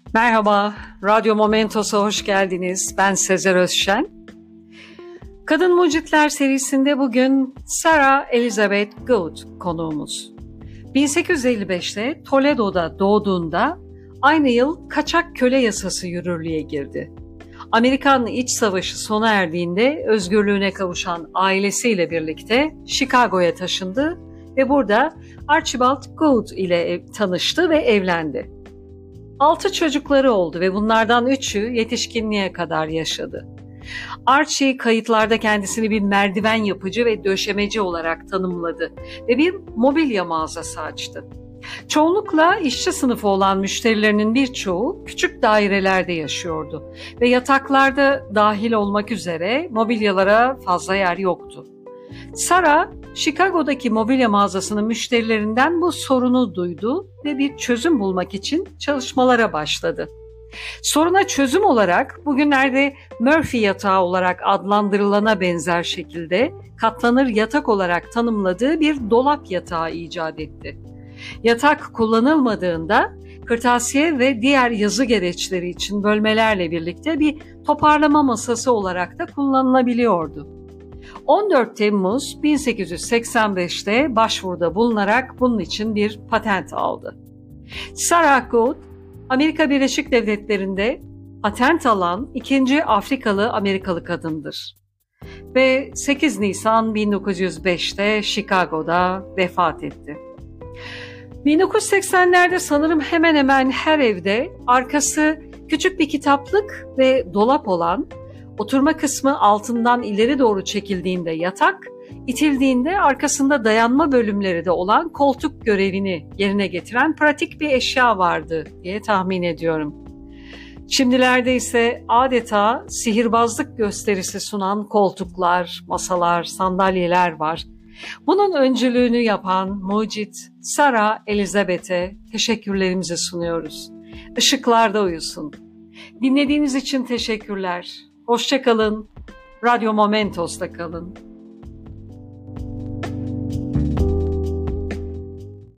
Merhaba, Radyo Momentos'a hoş geldiniz. Ben Sezer Özşen. Kadın Mucitler serisinde bugün Sarah Elizabeth Good konuğumuz. 1855'te Toledo'da doğduğunda aynı yıl kaçak köle yasası yürürlüğe girdi. Amerikan İç Savaşı sona erdiğinde özgürlüğüne kavuşan ailesiyle birlikte Chicago'ya taşındı ve burada Archibald Good ile tanıştı ve evlendi. 6 çocukları oldu ve bunlardan 3'ü yetişkinliğe kadar yaşadı. Archie kayıtlarda kendisini bir merdiven yapıcı ve döşemeci olarak tanımladı ve bir mobilya mağazası açtı. Çoğunlukla işçi sınıfı olan müşterilerinin birçoğu küçük dairelerde yaşıyordu ve yataklarda dahil olmak üzere mobilyalara fazla yer yoktu. Sarah, Chicago'daki mobilya mağazasının müşterilerinden bu sorunu duydu ve bir çözüm bulmak için çalışmalara başladı. Soruna çözüm olarak bugünlerde Murphy yatağı olarak adlandırılana benzer şekilde katlanır yatak olarak tanımladığı bir dolap yatağı icat etti. Yatak kullanılmadığında kırtasiye ve diğer yazı gereçleri için bölmelerle birlikte bir toparlama masası olarak da kullanılabiliyordu. 14 Temmuz 1885'te başvuruda bulunarak bunun için bir patent aldı. Sarah Good, Amerika Birleşik Devletleri'nde patent alan ikinci Afrikalı Amerikalı kadındır. Ve 8 Nisan 1905'te Chicago'da vefat etti. 1980'lerde sanırım hemen hemen her evde arkası küçük bir kitaplık ve dolap olan, oturma kısmı altından ileri doğru çekildiğinde yatak, itildiğinde arkasında dayanma bölümleri de olan koltuk görevini yerine getiren pratik bir eşya vardı diye tahmin ediyorum. Şimdilerde ise adeta sihirbazlık gösterisi sunan koltuklar, masalar, sandalyeler var. Bunun öncülüğünü yapan mucit Sarah Elizabeth'e teşekkürlerimizi sunuyoruz. Işıklarda uyusun. Dinlediğiniz için teşekkürler. Hoşça kalın. Radyo Momentos'ta kalın.